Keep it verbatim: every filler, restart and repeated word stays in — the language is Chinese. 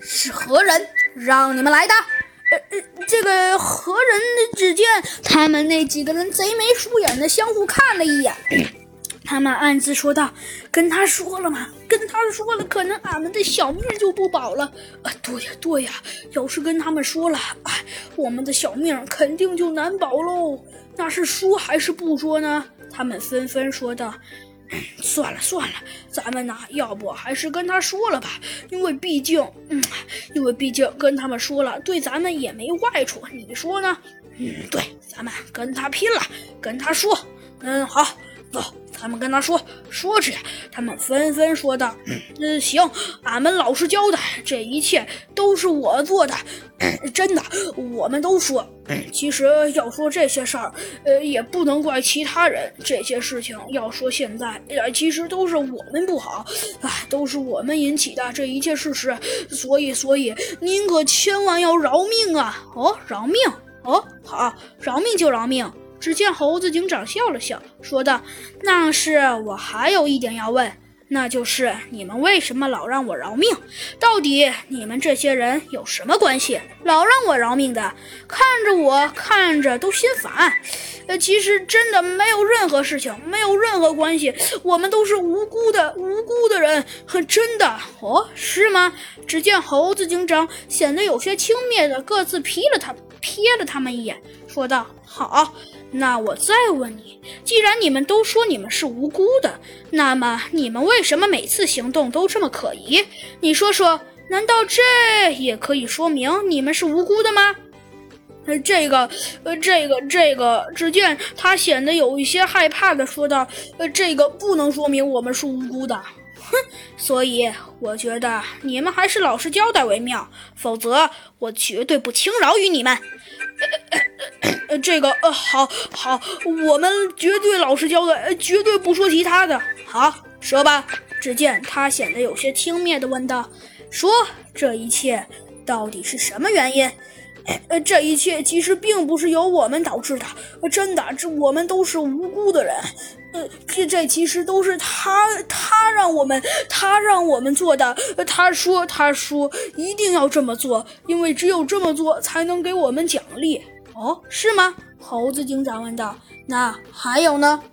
是何人让你们来的？呃呃，这个何人？只见他们那几个人贼眉鼠眼的相互看了一眼，他们暗自说道：“跟他说了吗？跟他说了，可能俺们的小命就不保了。啊，对呀，对呀，要是跟他们说了，哎，我们的小命肯定就难保喽。那是说还是不说呢？”他们纷纷说道。算了算了，咱们呢，要不还是跟他说了吧，因为毕竟，嗯，因为毕竟跟他们说了，对咱们也没坏处，你说呢？嗯，对，咱们跟他拼了，跟他说，嗯，好，走，咱们跟他说，说着，他们纷纷说道：“嗯，行，俺们老实交代，这一切都是我做的，嗯、真的，我们都说。其实要说这些事儿，呃，也不能怪其他人。这些事情要说现在，呃，其实都是我们不好，哎，都是我们引起的这一切事实。所以，所以您可千万要饶命啊！哦，饶命！哦，好，饶命就饶命。”只见猴子警长笑了笑，说道：“那是我还有一点要问，那就是你们为什么老让我饶命？到底你们这些人有什么关系，老让我饶命的？看着我看着都心烦。呃，其实真的没有任何事情，没有任何关系，我们都是无辜的，无辜的人，真的。哦，是吗？”只见猴子警长显得有些轻蔑的各自瞥了他瞥了他们一眼，说道：“好。那我再问你，既然你们都说你们是无辜的，那么你们为什么每次行动都这么可疑？你说说，难道这也可以说明你们是无辜的吗？”呃，这个，呃，这个，这个，只见他显得有一些害怕的说道：“呃，这个不能说明我们是无辜的。”哼，所以我觉得你们还是老实交代为妙，否则我绝对不轻饶于你们。呃呃呃、这个呃，好好，我们绝对老实交代，绝对不说其他的。好，说吧。只见他显得有些轻蔑地问道：“说这一切到底是什么原因？”呃，这一切其实并不是由我们导致的，真的，这我们都是无辜的人。呃，这这其实都是他，他让我们，他让我们做的。他说，他说一定要这么做，因为只有这么做才能给我们奖励。哦，是吗？猴子警长问道。那还有呢？